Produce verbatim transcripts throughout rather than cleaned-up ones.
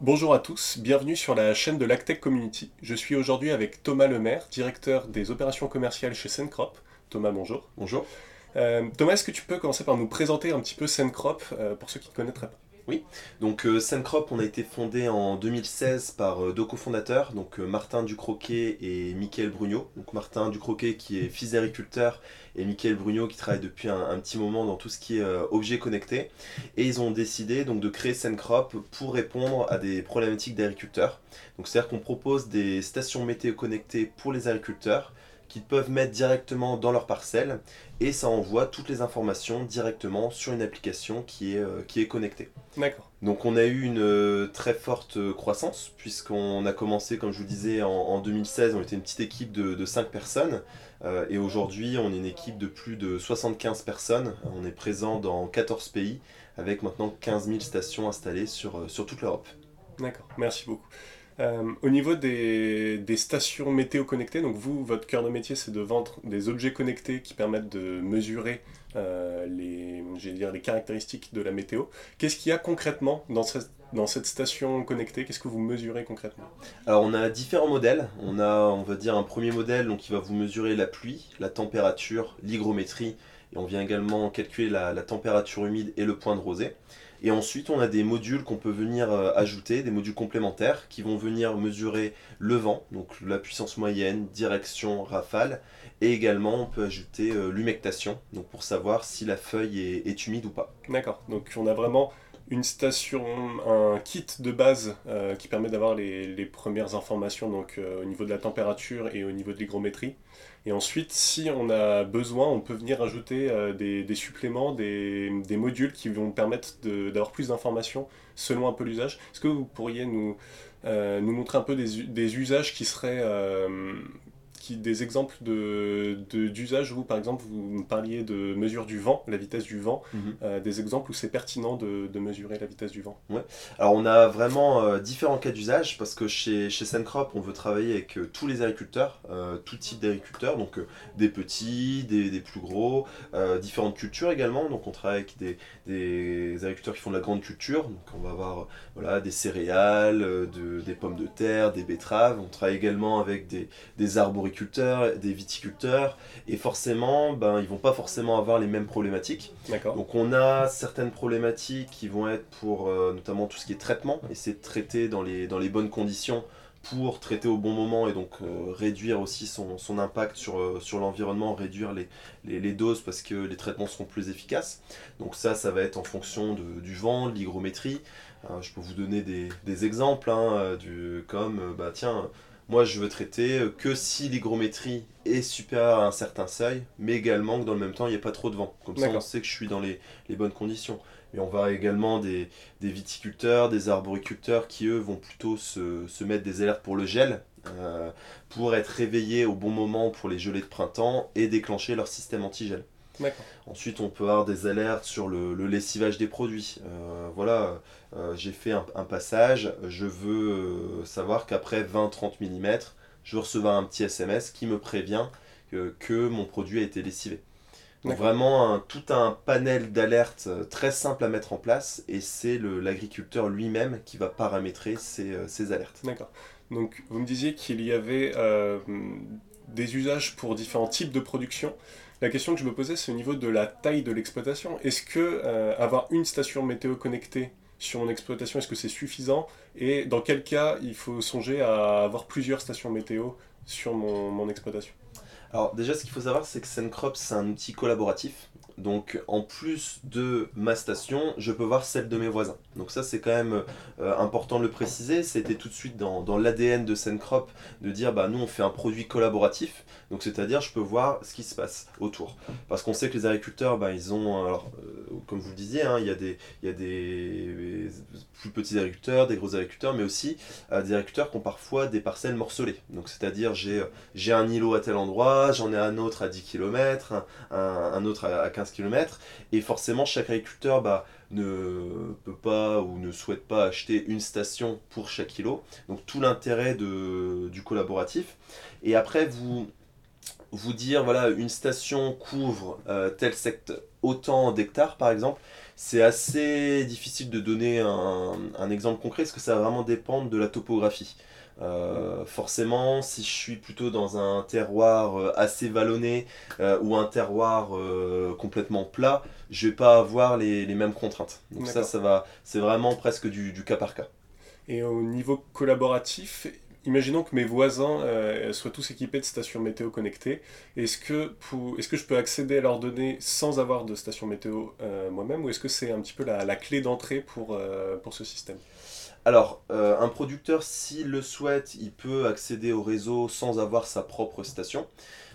Bonjour à tous, bienvenue sur la chaîne de l'Agtech Community. Je suis aujourd'hui avec Thomas Lemaire, directeur des opérations commerciales chez Sencrop. Thomas, bonjour. Bonjour. Euh, Thomas, est-ce que tu peux commencer par nous présenter un petit peu Sencrop euh, pour ceux qui ne connaîtraient pas? Oui, donc euh, Sencrop, on a été fondé en deux mille seize par euh, deux cofondateurs, donc euh, Martin Ducroquet et Mickaël Brugnot. Donc Martin Ducroquet qui est fils d'agriculteur et Mickaël Brugnot qui travaille depuis un, un petit moment dans tout ce qui est euh, objets connectés. Et ils ont décidé donc de créer Sencrop pour répondre à des problématiques d'agriculteurs. Donc c'est-à-dire qu'on propose des stations météo connectées pour les agriculteurs qu'ils peuvent mettre directement dans leur parcelle et ça envoie toutes les informations directement sur une application qui est, euh, qui est connectée. D'accord. Donc on a eu une euh, très forte euh, croissance puisqu'on a commencé, comme je vous disais, en, en deux mille seize, on était une petite équipe de, de cinq personnes euh, et aujourd'hui on est une équipe de plus de soixante-quinze personnes. On est présent dans quatorze pays avec maintenant quinze mille stations installées sur, euh, sur toute l'Europe. D'accord, merci beaucoup. Euh, au niveau des, des stations météo connectées, donc vous, votre cœur de métier, c'est de vendre des objets connectés qui permettent de mesurer euh, les, j'allais dire, les caractéristiques de la météo. Qu'est-ce qu'il y a concrètement dans cette, dans cette station connectée? Qu'est-ce que vous mesurez concrètement? Alors on a différents modèles. On a, on va dire, un premier modèle donc, qui va vous mesurer la pluie, la température, l'hygrométrie et on vient également calculer la, la température humide et le point de rosée. Et ensuite, on a des modules qu'on peut venir euh, ajouter, des modules complémentaires qui vont venir mesurer le vent, donc la puissance moyenne, direction, rafale. Et également, on peut ajouter euh, l'humectation, donc pour savoir si la feuille est, est humide ou pas. D'accord, donc on a vraiment une station, un kit de base euh, qui permet d'avoir les, les premières informations donc, euh, au niveau de la température et au niveau de l'hygrométrie. Et ensuite, si on a besoin, on peut venir ajouter euh, des, des suppléments, des, des modules qui vont permettre de- d'avoir plus d'informations selon un peu l'usage. Est-ce que vous pourriez nous, euh, nous montrer un peu des, u- des usages qui seraient... euh, qui, des exemples de, de- d'usages où, par exemple, vous me parliez de mesure du vent, la vitesse du vent, Mhm. euh, des exemples où c'est pertinent de, de mesurer la vitesse du vent. Ouais. Alors on a vraiment euh, différents cas d'usage parce que chez, chez Sencrop on veut travailler avec euh, tous les agriculteurs, euh, tout type d'agriculteurs, donc euh, des petits, des, des plus gros, euh, différentes cultures également, donc on travaille avec des, des agriculteurs qui font de la grande culture, donc on va avoir euh, voilà, des céréales, euh, de- des pommes de terre, des betteraves, on travaille également avec des, des arboriculteurs, des viticulteurs, et forcément ben, ils vont pas forcément avoir les mêmes problématiques. D'accord. Donc on a certaines problématiques qui vont être pour euh, notamment tout ce qui est traitement, essayer de traiter dans les, dans les bonnes conditions pour traiter au bon moment et donc euh, réduire aussi son, son impact sur, euh, sur l'environnement, réduire les, les, les doses parce que les traitements seront plus efficaces. Donc ça, ça va être en fonction de- du vent, de l'hygrométrie. Euh, je peux vous donner des, des exemples hein, euh, du, comme, euh, bah tiens, moi je veux traiter euh, que si l'hygrométrie est supérieure à un certain seuil, mais également que dans le même temps il n'y ait pas trop de vent. Comme ça on D'accord. sait que je suis dans les, les bonnes conditions. Mais on va également des, des viticulteurs, des arboriculteurs qui eux vont plutôt se, se mettre des alertes pour le gel, euh, pour être réveillés au bon moment pour les gelées de printemps et déclencher leur système anti-gel. D'accord. Ensuite, on peut avoir des alertes sur le, le lessivage des produits. Euh, voilà, euh, j'ai fait un, un passage, je veux euh, savoir qu'après vingt à trente millimètres, je vais recevoir un petit S M S qui me prévient que, que mon produit a été lessivé. Donc D'accord. vraiment un- tout un panel d'alertes euh, très simple à mettre en place et c'est le- l'agriculteur lui-même qui va paramétrer ces, euh, ces alertes. D'accord. Donc, vous me disiez qu'il y avait euh, des usages pour différents types de production. La question que je me posais, c'est au niveau de la taille de l'exploitation. Est-ce que euh, avoir une station météo connectée sur mon exploitation, est-ce que c'est suffisant? Et dans quel cas il faut songer à avoir plusieurs stations météo sur mon, mon exploitation? Alors déjà, ce qu'il faut savoir, c'est que Sencrop, c'est un outil collaboratif. Donc en plus de ma station, je peux voir celle de mes voisins. Donc ça, c'est quand même euh, important de le préciser. C'était tout de suite dans, dans l'A D N de Sencrop de dire, bah nous, on fait un produit collaboratif. Donc c'est-à-dire, je peux voir ce qui se passe autour. Parce qu'on sait que les agriculteurs, bah, ils ont, alors, euh, comme vous le disiez, hein, il y a des, il y a des plus petits agriculteurs, des gros agriculteurs, mais aussi euh, des agriculteurs qui ont parfois des parcelles morcelées. Donc c'est-à-dire, j'ai j'ai un îlot à tel endroit, j'en ai un autre à dix kilomètres, un, un- un autre à, à quinze kilomètres, et forcément chaque agriculteur bah, ne peut pas ou ne souhaite pas acheter une station pour chaque îlot. Donc tout l'intérêt de- du collaboratif. Et après, vous, vous dire, voilà, une station couvre euh, tel secteur, autant d'hectares par exemple, C'est assez difficile de donner un, un exemple concret parce que ça va vraiment dépendre de la topographie. Euh, forcément, si je suis plutôt dans un terroir euh, assez vallonné euh, ou un terroir euh, complètement plat, je vais pas avoir les, les mêmes contraintes. Donc ça, D'accord. ça va, c'est vraiment presque du, du cas par cas. Et au niveau collaboratif, imaginons que mes voisins euh, soient tous équipés de stations météo connectées. Est-ce que, pour- est-ce que je peux accéder à leurs données sans avoir de station météo euh, moi-même, ou est-ce que c'est un petit peu la, la clé d'entrée pour, euh, pour ce système? Alors, euh, un producteur, s'il le souhaite, il peut accéder au réseau sans avoir sa propre station.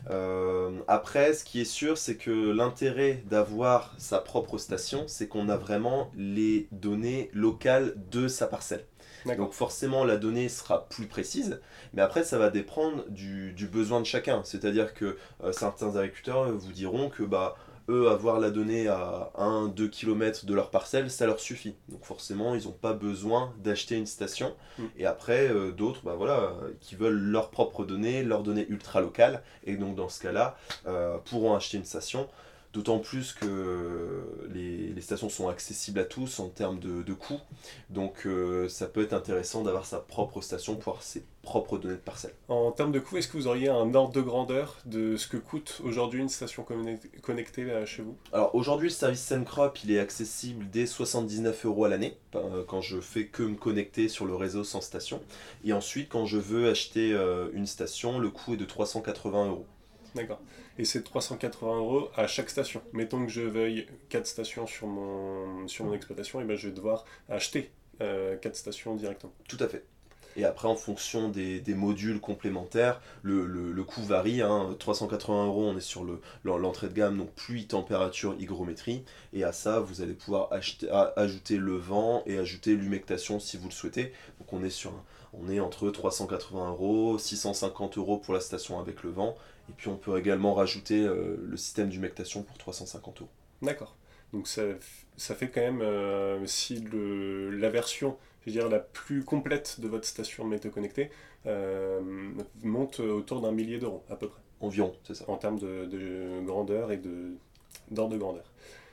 Euh, après, ce qui est sûr, c'est que l'intérêt d'avoir sa propre station, c'est qu'on a vraiment les données locales de sa parcelle. D'accord. Donc forcément, la donnée sera plus précise, mais après, ça va dépendre du, du besoin de chacun. C'est-à-dire que euh, certains agriculteurs vous diront que bah, eux, avoir la donnée à un deux kilomètres de leur parcelle, ça leur suffit. Donc forcément, ils n'ont pas besoin d'acheter une station. Mm. Et après, euh, d'autres, bah, voilà, euh, qui veulent leurs propres données, leurs données ultra locales, et donc dans ce cas-là, euh, pourront acheter une station. D'autant plus que les, les stations sont accessibles à tous en termes de, de coûts. Donc euh, ça peut être intéressant d'avoir sa propre station pour avoir ses propres données de parcelle. En termes de coût, est-ce que vous auriez un ordre de grandeur de ce que coûte aujourd'hui une station connectée connectée, là, chez vous? Alors aujourd'hui, le service Sencrop, il est accessible dès soixante-dix-neuf euros à l'année, euh, quand je fais que me connecter sur le réseau sans station. Et ensuite, quand je veux acheter euh, une station, le coût est de trois cent quatre-vingts euros. D'accord. Et c'est trois cent quatre-vingts euros à chaque station. Mettons que je veuille quatre stations sur mon, sur mon exploitation, et ben je vais devoir acheter euh, quatre stations directement. Tout à fait. Et après, en fonction des, des modules complémentaires, le, le, le coût varie. Hein. trois cent quatre-vingts euros, on est sur le, l'entrée de gamme, donc pluie, température, hygrométrie. Et à ça, vous allez pouvoir acheter, a, ajouter le vent et ajouter l'humectation si vous le souhaitez. Donc on est, sur un- on est entre trois cent quatre-vingts euros, six cent cinquante euros pour la station avec le vent. Et puis on peut également rajouter euh, le système d'humectation pour trois cent cinquante euros. D'accord. Donc ça, f- ça fait quand même, euh, si le, la version, je veux dire, la plus complète de votre station météo connectée euh, monte autour d'un millier d'euros à peu près, Environ, c'est ça. en termes de, de grandeur et de d'ordre de grandeur.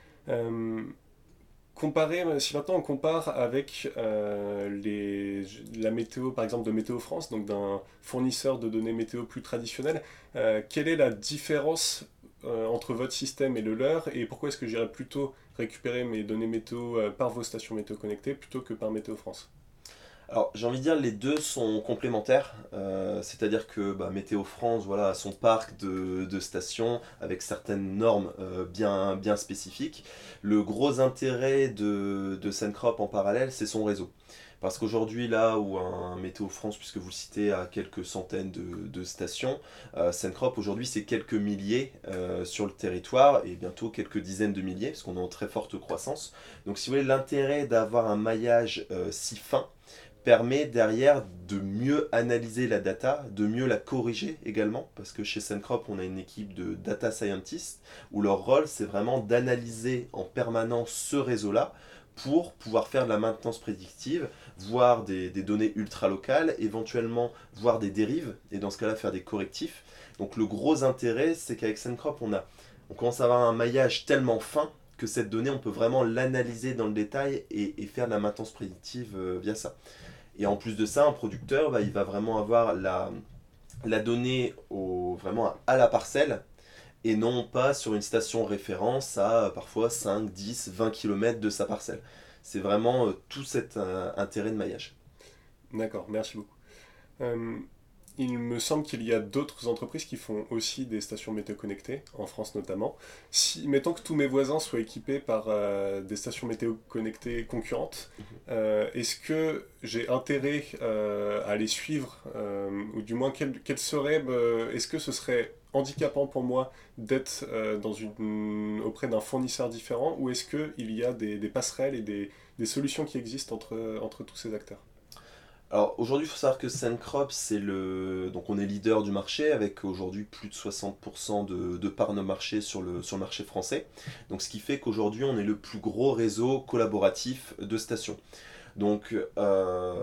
Euh, Comparer, si maintenant on compare avec euh, les, la météo, par exemple de Météo France, donc d'un fournisseur de données météo plus traditionnel, euh, quelle est la différence euh, entre votre système et le leur, et pourquoi est-ce que j'irais plutôt récupérer mes données météo euh, par vos stations météo connectées plutôt que par Météo France? Alors j'ai envie de dire les deux sont complémentaires, euh, c'est-à-dire que bah, Météo France voilà, a son parc de, de stations avec certaines normes euh, bien, bien spécifiques. Le gros intérêt de, de Sencrop en parallèle, c'est son réseau. Parce qu'aujourd'hui, là où un Météo France, puisque vous le citez, a quelques centaines de, de stations, euh, Sencrop aujourd'hui c'est quelques milliers euh, sur le territoire et bientôt quelques dizaines de milliers, parce qu'on est en très forte croissance. Donc si vous voulez, l'intérêt d'avoir un maillage euh, si fin, permet derrière de mieux analyser la data, de mieux la corriger également, parce que chez Sencrop, on a une équipe de data scientists, où leur rôle, c'est vraiment d'analyser en permanence ce réseau-là, pour pouvoir faire de la maintenance prédictive, voir des, des données ultra locales, éventuellement voir des dérives, et dans ce cas-là, faire des correctifs. Donc le gros intérêt, c'est qu'avec Sencrop, on, a, on commence à avoir un maillage tellement fin, que cette donnée, on peut vraiment l'analyser dans le détail et, et faire de la maintenance prédictive euh, via ça. Et en plus de ça, un producteur, bah, il va vraiment avoir la, la donnée au, vraiment à la parcelle et non pas sur une station référence à euh, parfois cinq, dix, vingt kilomètres de sa parcelle. C'est vraiment euh, tout cet euh, intérêt de maillage. D'accord, merci beaucoup. Euh, Il me semble qu'il y a d'autres entreprises qui font aussi des stations météo connectées, en France notamment. Si, mettons que tous mes voisins soient équipés par euh, des stations météo connectées concurrentes, euh, est-ce que j'ai intérêt euh, à les suivre, euh, ou du moins quel, quel serait, euh, est-ce que ce serait handicapant pour moi d'être euh, dans une, auprès d'un fournisseur différent, ou est-ce qu'il y a des, des passerelles et des, des solutions qui existent entre, entre tous ces acteurs? Alors aujourd'hui, il faut savoir que Sencrop, c'est le... Donc on est leader du marché avec aujourd'hui plus de soixante pour cent de, de parts de marché sur le, sur le marché français. Donc ce qui fait qu'aujourd'hui, on est le plus gros réseau collaboratif de stations. Donc euh, trouver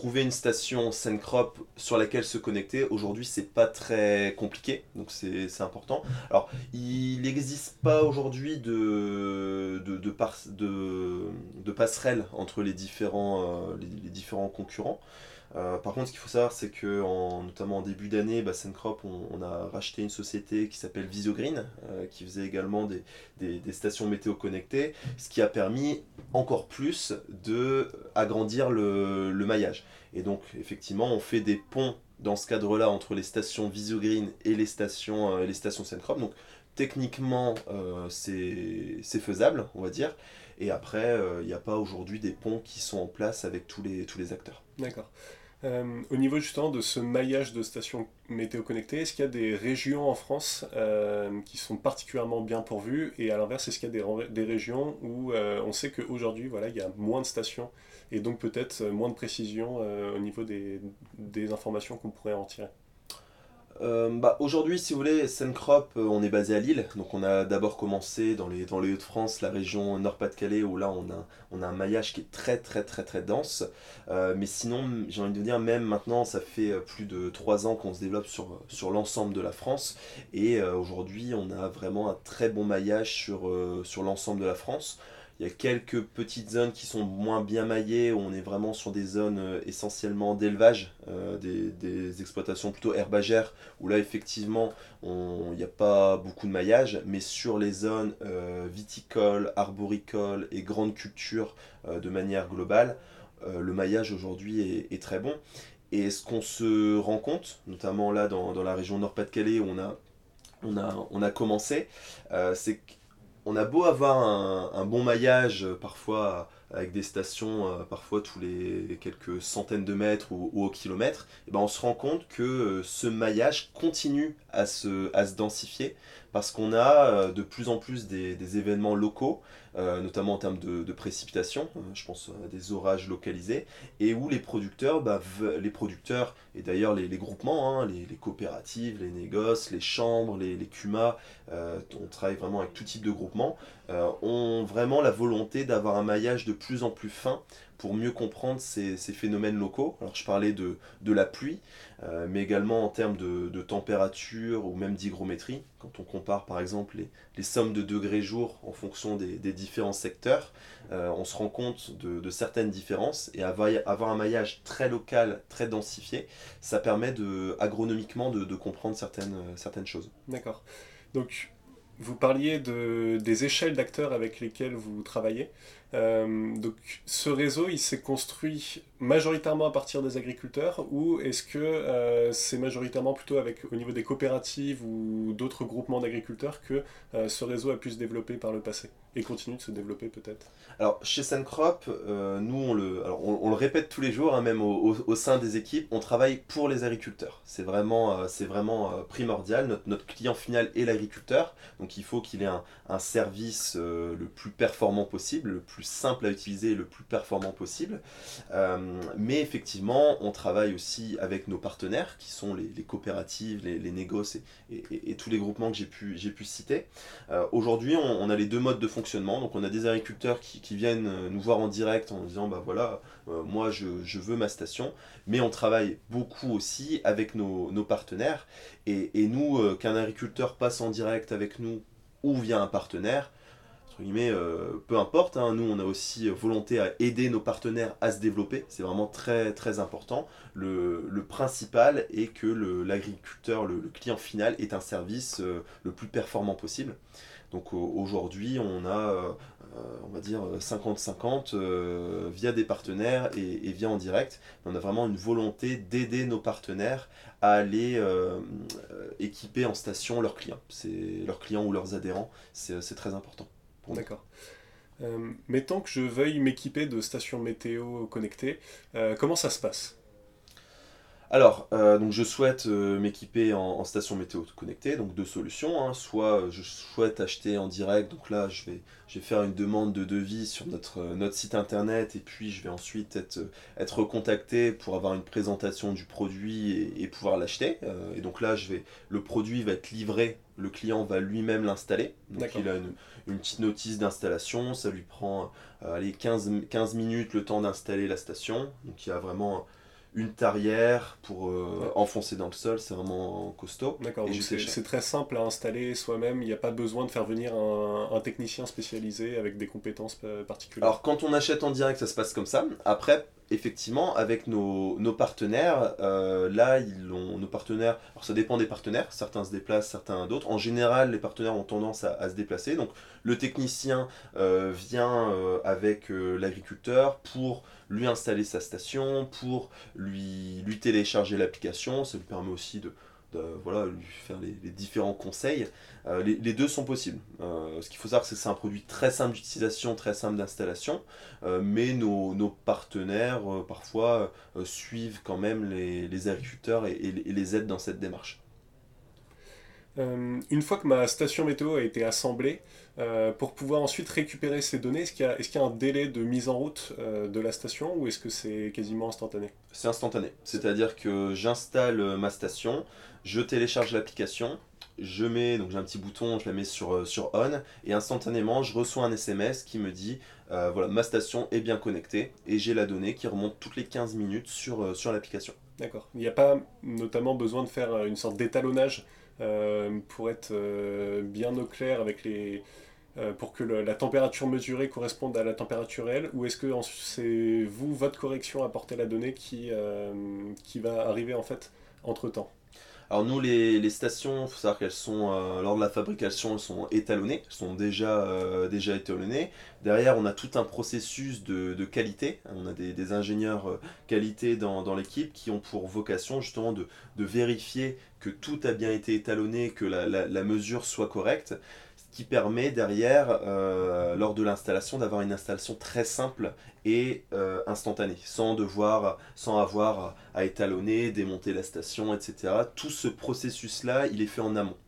trouver une station Sencrop sur laquelle se connecter, aujourd'hui, c'est pas très compliqué, donc c'est c'est important. Alors, il n'existe pas aujourd'hui de, de, de, par- de, de passerelle entre les différents, euh, les, les différents concurrents. Euh, par contre, ce qu'il faut savoir, c'est que en, notamment en début d'année, bah, Sencrop, on, on a racheté une société qui s'appelle Visiogreen, euh, qui faisait également des, des- des stations météo connectées, ce qui a permis encore plus de agrandir le, le maillage. Et donc, effectivement, on fait des ponts dans ce cadre-là entre les stations Visiogreen et les stations, euh, les stations Sencrop. Donc, techniquement, euh, c'est c'est faisable, on va dire. Et après, euh, il n'y a pas aujourd'hui des ponts qui sont en place avec tous les, tous les acteurs. D'accord. Euh, au niveau justement de ce maillage de stations météo connectées, est-ce qu'il y a des régions en France euh, qui sont particulièrement bien pourvues et à l'inverse, est-ce qu'il y a des, ren- des régions où euh, on sait qu'aujourd'hui voilà, il y a moins de stations et donc peut-être euh, moins de précision euh, au niveau des, des informations qu'on pourrait en tirer? Euh, bah, aujourd'hui, si vous voulez, Sencrop, euh, on est basé à Lille. Donc, on a d'abord commencé dans les, dans les Hauts-de-France, la région Nord-Pas-de-Calais, où là, on a, on a un maillage qui est très, très, très, très dense. Euh, mais sinon, j'ai envie de dire, même maintenant, ça fait euh, plus de trois ans qu'on se développe sur, sur l'ensemble de la France. Et euh, aujourd'hui, on a vraiment un très bon maillage sur, euh, sur l'ensemble de la France. Il y a quelques petites zones qui sont moins bien maillées, où on est vraiment sur des zones euh, essentiellement d'élevage, euh, des, des exploitations plutôt herbagères, où là effectivement on- il n'y a pas beaucoup de maillage, mais sur les zones euh, viticoles, arboricoles et grandes cultures euh, de manière globale, euh, le maillage aujourd'hui est, est très bon. Et ce qu'on se rend compte, notamment là dans, dans la région Nord-Pas-de-Calais où on a, on a, on a commencé, euh, c'est qu'on a beau avoir un, un bon maillage, euh, parfois avec des stations, euh, parfois tous les quelques centaines de mètres ou, ou au kilomètre, et ben on se rend compte que euh, ce maillage continue à se, à se densifier parce qu'on a euh, de plus en plus des, des événements locaux, euh, notamment en termes de, de précipitations, euh, je pense à des orages localisés, et où les producteurs, bah, ve- les producteurs et d'ailleurs les, les groupements, hein, les, les coopératives, les négoces, les chambres, les, les C U M A, euh, on travaille vraiment avec tout type de groupement, euh, ont vraiment la volonté d'avoir un maillage de plus en plus fin pour mieux comprendre ces, ces phénomènes locaux. Alors je parlais de, de la pluie, euh, mais également en termes de, de température ou même d'hygrométrie. Quand on compare par exemple les, les sommes de degrés jour en fonction des, des différents secteurs, euh, on se rend compte de, de certaines différences et avoir, avoir un maillage très local, très densifié, ça permet de, agronomiquement de, de comprendre certaines, certaines choses. D'accord. Donc, vous parliez de, des échelles d'acteurs avec lesquels vous travaillez. Euh, donc, ce réseau, il s'est construit majoritairement à partir des agriculteurs ou est-ce que euh, c'est majoritairement plutôt avec, au niveau des coopératives ou d'autres groupements d'agriculteurs que euh, ce réseau a pu se développer par le passé et continue de se développer peut-être? Alors, chez Sencrop, euh, nous, on le, alors, on, on le répète tous les jours, hein, même au, au- au sein des équipes, on travaille pour les agriculteurs. C'est vraiment, euh, c'est vraiment euh, primordial. Notre, notre client final est l'agriculteur. Donc, il faut qu'il ait un, un service euh, le plus performant possible, le plus simple à utiliser et le plus performant possible. Euh, mais effectivement, on travaille aussi avec nos partenaires, qui sont les, les coopératives, les, les négoces et, et- et tous les groupements que j'ai pu, j'ai pu citer. Euh, Aujourd'hui, on, on a les deux modes de fonctionnement. Donc, on a des agriculteurs qui, qui viennent euh, nous voir en direct en disant bah voilà, euh, moi je, je veux ma station. Mais on travaille beaucoup aussi avec nos, nos partenaires. Et, et nous, euh, qu'un agriculteur passe en direct avec nous ou via un partenaire, entre guillemets, euh, peu importe, hein, nous on a aussi volonté à aider nos partenaires à se développer, c'est vraiment très très important. Le, le principal est que le- l'agriculteur, le, le client final, ait un service euh, le plus performant possible. Donc au- aujourd'hui on a, euh, euh, on va dire, cinquante cinquante euh, via des partenaires et, et via en direct. Mais on a vraiment une volonté d'aider nos partenaires à aller euh, euh, équiper en station leurs clients. C'est leurs clients ou leurs adhérents, c'est c'est très important pour nous. D'accord. Euh, mettons que je veuille m'équiper de stations météo connectées, euh, comment ça se passe? Alors, euh, donc je souhaite euh, m'équiper en, en station météo connectée, donc deux solutions, hein. Soit euh, je souhaite acheter en direct, donc là je vais, je vais faire une demande de devis sur notre, euh, notre site internet et puis je vais ensuite être, euh, être contacté pour avoir une présentation du produit et, et pouvoir l'acheter. Euh, et donc là je vais, le produit va être livré, le client va lui-même l'installer, donc D'accord. il a une, une petite notice d'installation, ça lui prend euh, allez, quinze quinze minutes le temps d'installer la station, donc il y a vraiment une tarière pour euh, Ouais. enfoncer dans le sol, c'est vraiment costaud. D'accord, Et donc je c'est sais c'est très simple à installer soi-même, il n'y a pas besoin de faire venir un, un technicien spécialisé avec des compétences euh, particulières. Alors quand on achète en direct, ça se passe comme ça. Après, effectivement, avec nos, nos partenaires, euh, là, ils ont, nos partenaires, alors ça dépend des partenaires, certains se déplacent, certains d'autres. En général, les partenaires ont tendance à, à se déplacer. Donc le technicien euh, vient euh, avec euh, l'agriculteur pour lui installer sa station, pour lui, lui télécharger l'application. Ça lui permet aussi de, de, voilà, lui faire les, les différents conseils. Euh, les, les deux sont possibles. Euh, ce qu'il faut savoir, c'est que c'est un produit très simple d'utilisation, très simple d'installation, euh, mais nos, nos partenaires, euh, parfois, euh, suivent quand même les, les agriculteurs et, et, et les aident dans cette démarche. Euh, une fois que ma station météo a été assemblée, euh, pour pouvoir ensuite récupérer ces données, est-ce qu'il y a, est-ce qu'il y a un délai de mise en route euh, de la station ou est-ce que c'est quasiment instantané? C'est instantané. C'est-à-dire que j'installe euh, ma station, je télécharge l'application, je mets, donc j'ai un petit bouton, je la mets sur, euh, sur on, et instantanément, je reçois un S M S qui me dit, euh, voilà, ma station est bien connectée, et j'ai la donnée qui remonte toutes les quinze minutes sur, euh, sur l'application. D'accord. Il n'y a pas notamment besoin de faire euh, une sorte d'étalonnage euh, pour être euh, bien au clair avec les, euh, pour que le- la température mesurée corresponde à la température réelle, ou est-ce que en- c'est vous, votre correction, apporter la donnée qui, euh, qui va arriver en fait entre-temps? Alors nous, les, les stations, il faut savoir qu'elles sont, euh, lors de la fabrication, elles sont étalonnées, elles sont déjà, euh, déjà étalonnées. Derrière, on a tout un processus de, de qualité. On a des, des ingénieurs euh, qualité dans, dans l'équipe qui ont pour vocation justement de, de vérifier que tout a bien été étalonné, que la, la- la mesure soit correcte. Ce qui permet derrière, euh, lors de l'installation, d'avoir une installation très simple et euh, instantanée, sans devoir, sans avoir à étalonner, démonter la station, et cetera. Tout ce processus-là, il est fait en amont.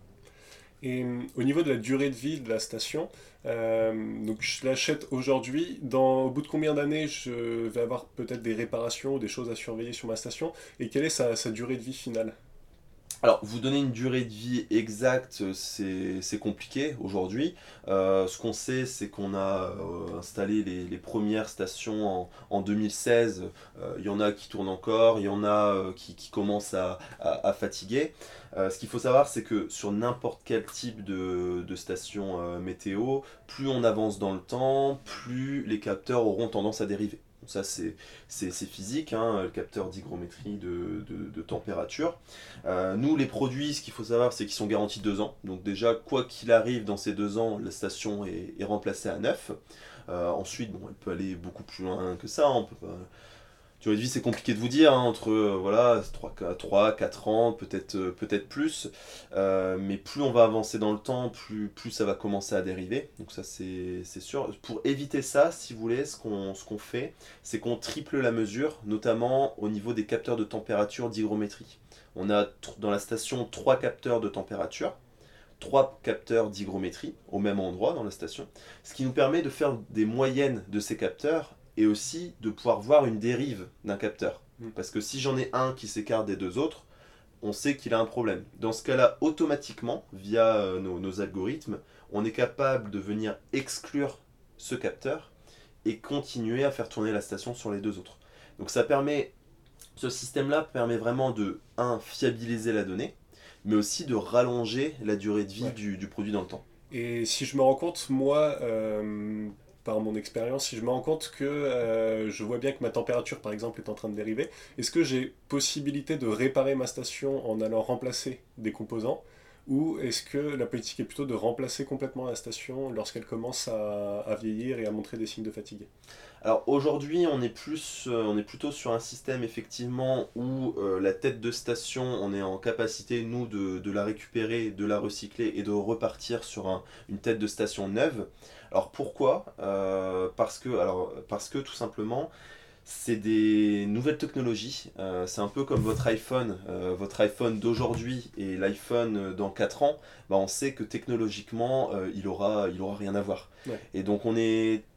Et euh, au niveau de la durée de vie de la station, euh, donc je l'achète aujourd'hui. Dans, au bout de combien d'années je vais avoir peut-être des réparations ou des choses à surveiller sur ma station? Et quelle est sa, sa durée de vie finale? Alors, vous donner une durée de vie exacte, c'est c'est compliqué aujourd'hui. Euh, ce qu'on sait, c'est qu'on a euh, installé les, les premières stations en, en deux mille seize. Euh, Il y en a qui tournent encore, il y en a euh, qui, qui commencent à, à- à fatiguer. Euh, ce qu'il faut savoir, c'est que sur n'importe quel type de, de station euh, météo, plus on avance dans le temps, plus les capteurs auront tendance à dériver. Donc ça, c'est c'est- c'est physique, hein, le capteur d'hygrométrie de, de de température. Euh, nous, les produits, ce qu'il faut savoir, c'est qu'ils sont garantis deux ans. Donc déjà, quoi qu'il arrive dans ces deux ans, la station est, est remplacée à neuf. Euh, ensuite, bon, elle peut aller beaucoup plus loin que ça. On peut pas... Durée de vie, c'est compliqué de vous dire, hein, entre euh, voilà, trois quatre ans, peut-être euh, peut-être plus. Euh, mais plus on va avancer dans le temps, plus, plus ça va commencer à dériver. Donc ça, c'est c'est sûr. Pour éviter ça, si vous voulez, ce qu'on ce qu'on fait, c'est qu'on triple la mesure, notamment au niveau des capteurs de température d'hygrométrie. On a tr- dans la station trois capteurs de température, trois capteurs d'hygrométrie au même endroit dans la station, ce qui nous permet de faire des moyennes de ces capteurs et aussi de pouvoir voir une dérive d'un capteur. Mm. Parce que si j'en ai un qui s'écarte des deux autres, on sait qu'il a un problème. Dans ce cas-là, automatiquement, via euh, nos, nos algorithmes, on est capable de venir exclure ce capteur et continuer à faire tourner la station sur les deux autres. Donc ça permet, ce système-là permet vraiment de, un, fiabiliser la donnée, mais aussi de rallonger la durée de vie Ouais. du, du produit dans le temps. Et si je me rends compte, moi, euh, par mon expérience, si je me rends compte que euh, je vois bien que ma température, par exemple, est en train de dériver, est-ce que j'ai possibilité de réparer ma station en allant remplacer des composants? Ou est-ce que la politique est plutôt de remplacer complètement la station lorsqu'elle commence à, à vieillir et à montrer des signes de fatigue? Alors aujourd'hui, on est plus, euh, on est plutôt sur un système effectivement où euh, la tête de station, on est en capacité nous de, de la récupérer, de la recycler et de repartir sur un- une tête de station neuve. Alors pourquoi? Euh, parce que, alors parce que tout simplement, c'est des nouvelles technologies. Euh, c'est un peu comme votre iPhone. Euh, votre iPhone d'aujourd'hui et l'iPhone euh, dans quatre ans, bah, on sait que technologiquement, euh, il aura, il aura rien à voir. Ouais. Et donc on est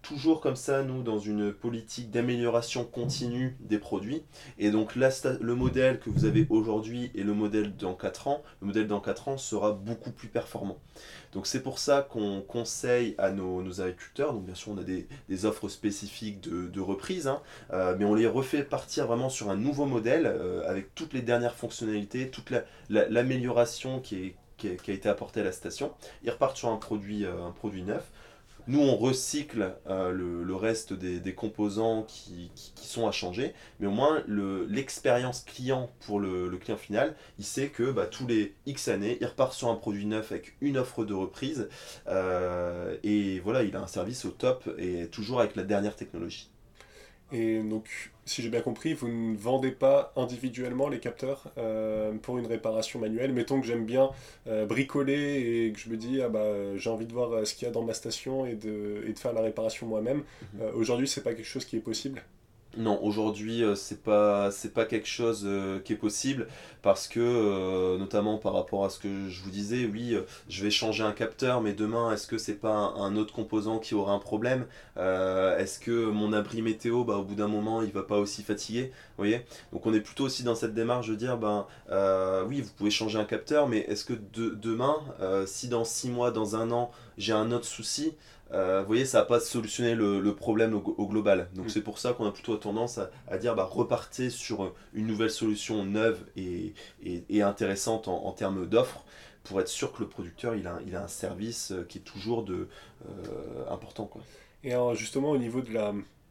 toujours comme ça, nous, dans une politique d'amélioration continue des produits. Et donc là, le modèle que vous avez aujourd'hui et le modèle dans quatre ans, le modèle dans quatre ans sera beaucoup plus performant. Donc c'est pour ça qu'on conseille à nos, nos agriculteurs, donc bien sûr on a des, des offres spécifiques de, de reprise, hein, euh, mais on les refait partir vraiment sur un nouveau modèle euh, avec toutes les dernières fonctionnalités, toute la, la, l'amélioration qui, est, qui, est, qui a été apportée à la station. Ils repartent sur un produit, euh, un produit neuf. Nous, on recycle euh, le, le reste des, des composants qui, qui, qui sont à changer, mais au moins le, l'expérience client pour le, le client final, il sait que bah, tous les X années, il repart sur un produit neuf avec une offre de reprise, euh, et voilà, il a un service au top et toujours avec la dernière technologie. Et donc, si j'ai bien compris, vous ne vendez pas individuellement les capteurs euh, pour une réparation manuelle. Mettons que j'aime bien euh, bricoler et que je me dis, ah bah, j'ai envie de voir euh, ce qu'il y a dans ma station et de, et de faire la réparation moi-même. Mhm. Euh, aujourd'hui, c'est pas quelque chose qui est possible. Non, aujourd'hui, euh, c'est pas, c'est pas quelque chose euh, qui est possible parce que, euh, notamment par rapport à ce que je vous disais, oui, euh, je vais changer un capteur, mais demain, est-ce que c'est pas un, un autre composant qui aura un problème? Euh, Est-ce que mon abri météo, bah, au bout d'un moment, il va pas aussi fatiguer? Vous voyez? Donc on est plutôt aussi dans cette démarche de dire, ben, euh, oui, vous pouvez changer un capteur, mais est-ce que de- demain, euh, si dans six mois, dans un an, j'ai un autre souci, euh, vous voyez, ça va pas solutionner le, le problème au, au global. Donc Mm. c'est pour ça qu'on a plutôt tendance à, à dire bah, repartez sur une nouvelle solution neuve et, et, et intéressante en, en termes d'offres pour être sûr que le producteur il a, il a un service qui est toujours de, euh, important, quoi. Et alors, justement, au niveau de la,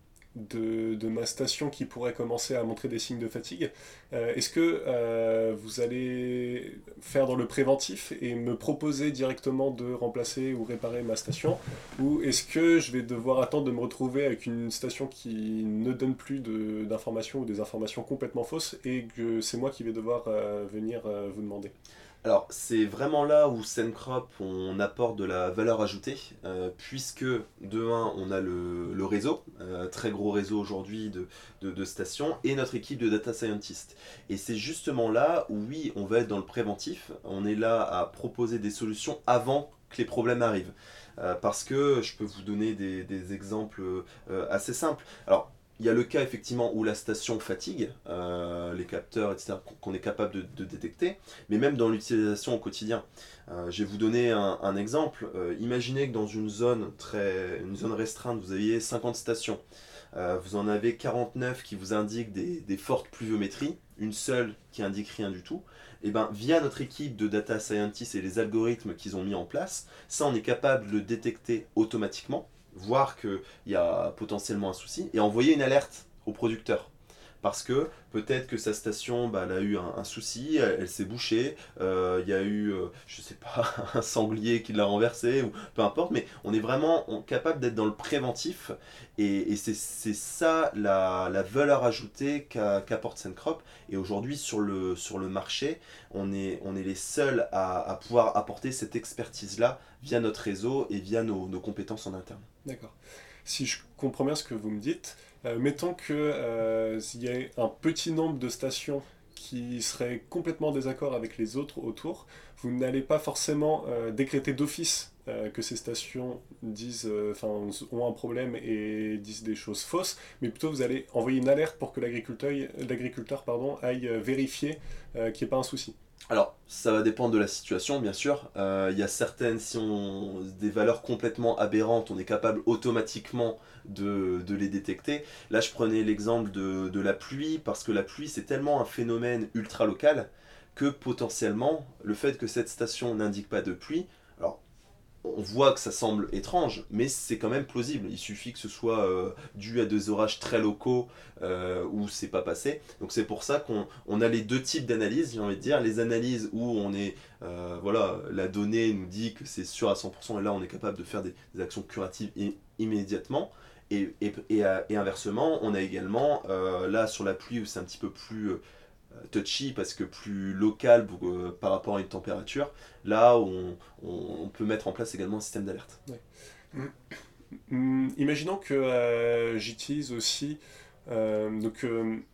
de, de ma station qui pourrait commencer à montrer des signes de fatigue. Euh, est-ce que euh, vous allez faire dans le préventif et me proposer directement de remplacer ou réparer ma station, ou est-ce que je vais devoir attendre de me retrouver avec une station qui ne donne plus de, d'informations ou des informations complètement fausses et que c'est moi qui vais devoir euh, venir euh, vous demander? Alors, c'est vraiment là où Sencrop, on apporte de la valeur ajoutée, euh, puisque de un, on a le, le réseau, euh, très gros réseau aujourd'hui de, de, de stations, et notre équipe de data scientists. Et c'est justement là où, oui, on va être dans le préventif, on est là à proposer des solutions avant que les problèmes arrivent. Euh, parce que je peux vous donner des, des exemples euh, assez simples. Alors, il y a le cas effectivement où la station fatigue, euh, les capteurs, et cetera, qu'on est capable de, de détecter, mais même dans l'utilisation au quotidien. Euh, je vais vous donner un, un exemple. Euh, imaginez que dans une zone, très, une zone restreinte, vous aviez cinquante stations. Euh, vous en avez quarante-neuf qui vous indiquent des, des fortes pluviométries, une seule qui indique rien du tout. Et ben, via notre équipe de data scientists et les algorithmes qu'ils ont mis en place, ça on est capable de le détecter automatiquement, voir qu'il y a potentiellement un souci et envoyer une alerte au producteur. Parce que peut-être que sa station, bah, elle a eu un, un souci, elle, elle s'est bouchée, euh, il y a eu, euh, je sais pas, un sanglier qui l'a renversé, ou peu importe, mais on est vraiment on, capable d'être dans le préventif, et, et c'est, c'est ça la, la valeur ajoutée qu'a, qu'apporte Sencrop. Et aujourd'hui, sur le, sur le marché, on est, on est les seuls à, à pouvoir apporter cette expertise-là via notre réseau et via nos, nos compétences en interne. D'accord. Si je comprends bien ce que vous me dites, euh, mettons qu'il euh, y ait un petit nombre de stations qui seraient complètement en désaccord avec les autres autour, vous n'allez pas forcément euh, décréter d'office euh, que ces stations disent, euh, enfin, ont un problème et disent des choses fausses, mais plutôt vous allez envoyer une alerte pour que l'agriculteur, l'agriculteur pardon, aille euh, vérifier euh, qu'il n'y ait pas un souci. Alors, ça va dépendre de la situation, bien sûr. Euh, Il y a certaines, si on des valeurs complètement aberrantes, on est capable automatiquement de, de les détecter. Là, je prenais l'exemple de, de la pluie, parce que la pluie, c'est tellement un phénomène ultra local que potentiellement, le fait que cette station n'indique pas de pluie, alors on voit que ça semble étrange, mais c'est quand même plausible. Il suffit que ce soit euh, dû à des orages très locaux euh, où c'est pas passé. Donc c'est pour ça qu'on on a les deux types d'analyses, j'ai envie de dire. Les analyses où on est, euh, voilà, la donnée nous dit que c'est sûr à cent pour cent, et là on est capable de faire des, des actions curatives i- immédiatement. Et, et, et, et inversement, on a également, euh, là sur la pluie où c'est un petit peu plus euh, touchy parce que plus local euh, par rapport à une température, là on, on, on peut mettre en place également un système d'alerte. Ouais. Hum, imaginons que euh, j'utilise aussi euh, donc, euh,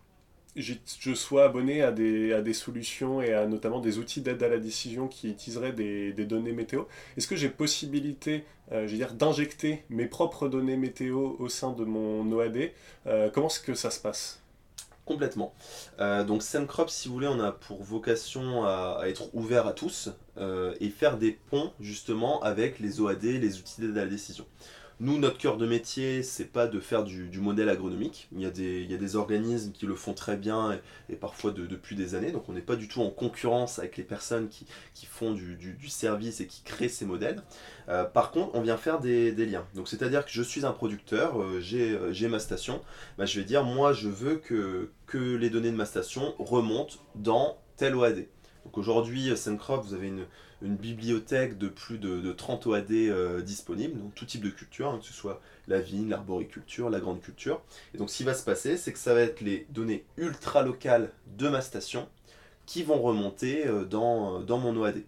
j'ai- je sois abonné à des, à des solutions et à notamment des outils d'aide à la décision qui utiliseraient des, des données météo, est-ce que j'ai possibilité, euh, je veux dire, d'injecter mes propres données météo au sein de mon O A D? Euh, comment est-ce que ça se passe? Complètement. Euh, donc SendCrop, si vous voulez, on a pour vocation à, à être ouvert à tous euh, et faire des ponts justement avec les O A D, les outils d'aide à la décision. Nous, notre cœur de métier, c'est pas de faire du, du modèle agronomique. Il y, a des, il y a des organismes qui le font très bien et, et parfois de- depuis des années. Donc on n'est pas du tout en concurrence avec les personnes qui, qui font du, du- du service et qui créent ces modèles. Euh, par contre, on vient faire des, des liens. Donc c'est-à-dire que je suis un producteur, euh, j'ai euh, j'ai ma station. Bah, je vais dire, moi, je veux que, que les données de ma station remontent dans tel O A D. Donc aujourd'hui, SendCrop, vous avez une, une bibliothèque de plus de, de trente O A D euh, disponibles, donc tout type de culture, hein, que ce soit la vigne, l'arboriculture, la grande culture. Et donc ce qui va se passer, c'est que ça va être les données ultra locales de ma station qui vont remonter euh, dans, dans mon O A D.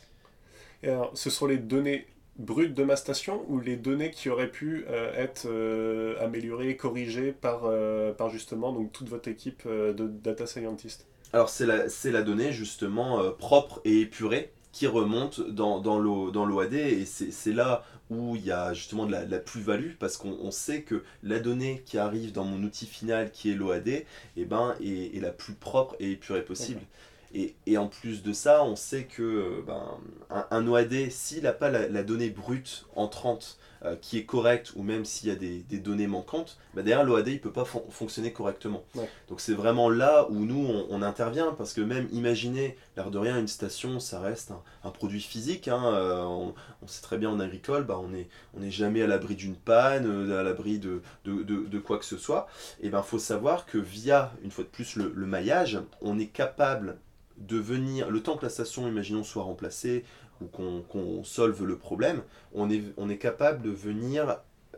Et alors, ce sont les données brutes de ma station ou les données qui auraient pu euh, être euh, améliorées, corrigées par, euh, par justement donc, toute votre équipe euh, de data scientists? Alors c'est la, c'est la donnée justement euh, propre et épurée qui remonte dans, dans l'O- dans l'O A D et c'est c'est là où il y a justement de la, de la plus-value parce qu'on on sait que la donnée qui arrive dans mon outil final qui est l'O A D eh ben, est, est la plus propre et épurée possible. D'accord. Et, et en plus de ça, on sait que euh, ben, un, un O A D, s'il n'a pas la, la donnée brute entrante euh, qui est correcte, ou même s'il y a des, des données manquantes, bah derrière l'O A D il ne peut pas fon- fonctionner correctement. Ouais. Donc c'est vraiment là où nous on, on intervient, parce que même imaginez, l'air de rien, une station ça reste un, un produit physique, hein, euh, on, on sait très bien en agricole, bah, on n'est on n'est jamais à l'abri d'une panne, euh, à l'abri de, de, de- de quoi que ce soit. Et ben faut savoir que via, une fois de plus, le, le maillage, on est capable de venir, le temps que la station, imaginons, soit remplacée ou qu'on qu'on solve le problème, on est, on est capable de venir,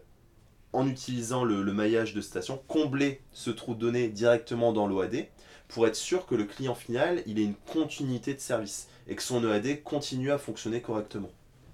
en utilisant le, le maillage de station, combler ce trou de données directement dans l'O A D pour être sûr que le client final il ait une continuité de service et que son O A D continue à fonctionner correctement.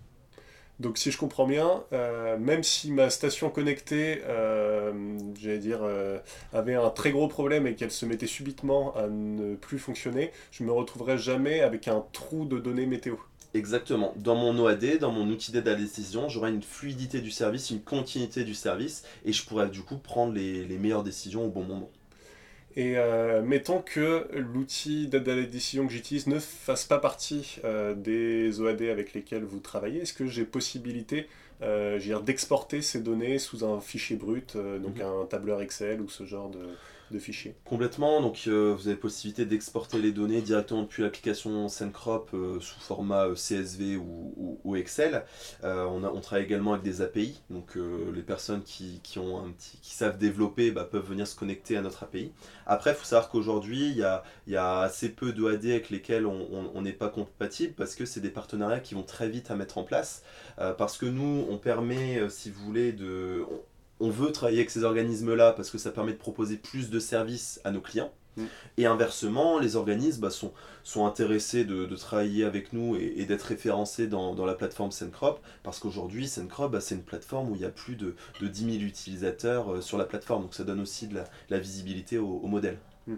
Donc si je comprends bien, euh, même si ma station connectée, euh, j'allais dire, euh, avait un très gros problème et qu'elle se mettait subitement à ne plus fonctionner, je me retrouverais jamais avec un trou de données météo. Exactement. Dans mon O A D, dans mon outil d'aide à la décision, j'aurai une fluidité du service, une continuité du service, et je pourrai du coup prendre les, les meilleures décisions au bon moment. Et euh, mettons que l'outil d'aide à la décision que j'utilise ne fasse pas partie euh, des O A D avec lesquels vous travaillez. Est-ce que j'ai possibilité euh, je veux dire, d'exporter ces données sous un fichier brut, euh, donc Mhm. un tableur Excel ou ce genre de, de fichier? Complètement, donc euh, vous avez possibilité d'exporter les données directement depuis l'application SendCrop euh, sous format euh, C S V ou, ou- ou Excel. Euh, on, a- on travaille également avec des A P I, donc euh, les personnes qui, qui ont un petit, qui savent développer bah, peuvent venir se connecter à notre A P I. Après, il faut savoir qu'aujourd'hui, il y a, il y a assez peu d'O A D avec lesquels on on- on n'est pas compatible parce que c'est des partenariats qui vont très vite à mettre en place. Euh, parce que nous, on permet, euh, si vous voulez, de... on- on veut travailler avec ces organismes-là parce que ça permet de proposer plus de services à nos clients. Mm. Et inversement, les organismes bah, sont, sont intéressés de, de travailler avec nous et, et d'être référencés dans, dans la plateforme SendCrop parce qu'aujourd'hui, SendCrop, bah, c'est une plateforme où il y a plus de, de dix mille utilisateurs euh, sur la plateforme. Donc ça donne aussi de la, la visibilité au, au modèle. Hmm.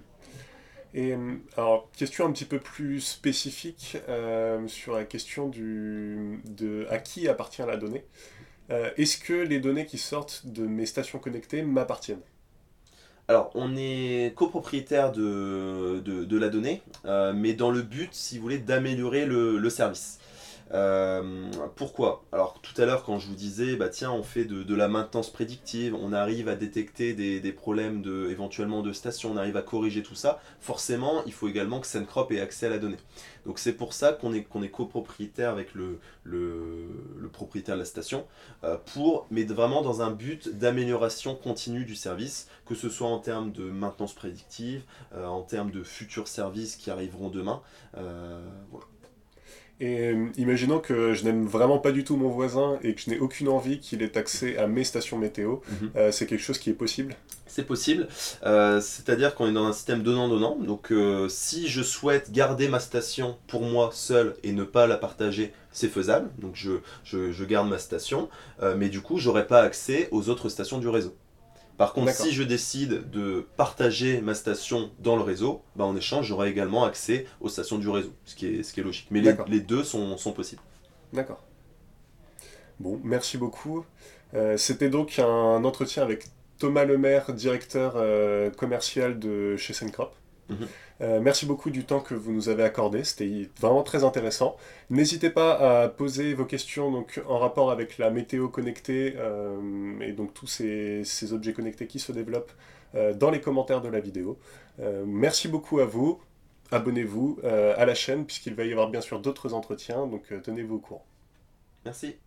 Et euh, alors, question un petit peu plus spécifique euh, sur la question du, de à qui appartient la donnée. Euh, est-ce que les données qui sortent de mes stations connectées m'appartiennent? Alors, on est copropriétaire de, de, de la donnée, euh, mais dans le but, si vous voulez, d'améliorer le, le service. Euh, pourquoi? Alors tout à l'heure quand je vous disais bah tiens on fait de, de la maintenance prédictive, on arrive à détecter des, des problèmes de, éventuellement de station, on arrive à corriger tout ça, forcément il faut également que SendCrop ait accès à la donnée. Donc c'est pour ça qu'on est, qu'on est copropriétaire avec le, le, le propriétaire de la station, euh, pour, mais vraiment dans un but d'amélioration continue du service, que ce soit en termes de maintenance prédictive, euh, en termes de futurs services qui arriveront demain. Euh, voilà. Et euh, imaginons que je n'aime vraiment pas du tout mon voisin et que je n'ai aucune envie qu'il ait accès à mes stations météo. Mhm. Euh, c'est quelque chose qui est possible? C'est possible, euh, c'est-à-dire qu'on est dans un système donnant-donnant. Donc euh, si je souhaite garder ma station pour moi seul et ne pas la partager, c'est faisable. Donc je, je, je garde ma station, euh, mais du coup j'aurai pas accès aux autres stations du réseau. Par contre, D'accord. si je décide de partager ma station dans le réseau, bah, en échange, j'aurai également accès aux stations du réseau, ce qui est, ce qui est logique. Mais les, D'accord. les deux sont, sont possibles. D'accord. Bon, merci beaucoup. Euh, c'était donc un entretien avec Thomas Lemaire, directeur euh, commercial de chez Sencrop. Mhm. Euh, merci beaucoup du temps que vous nous avez accordé, c'était vraiment très intéressant. N'hésitez pas à poser vos questions donc, en rapport avec la météo connectée euh, et donc tous ces, ces objets connectés qui se développent euh, dans les commentaires de la vidéo. Euh, merci beaucoup à vous, abonnez-vous euh, à la chaîne puisqu'il va y avoir bien sûr d'autres entretiens, donc euh, tenez-vous au courant. Merci.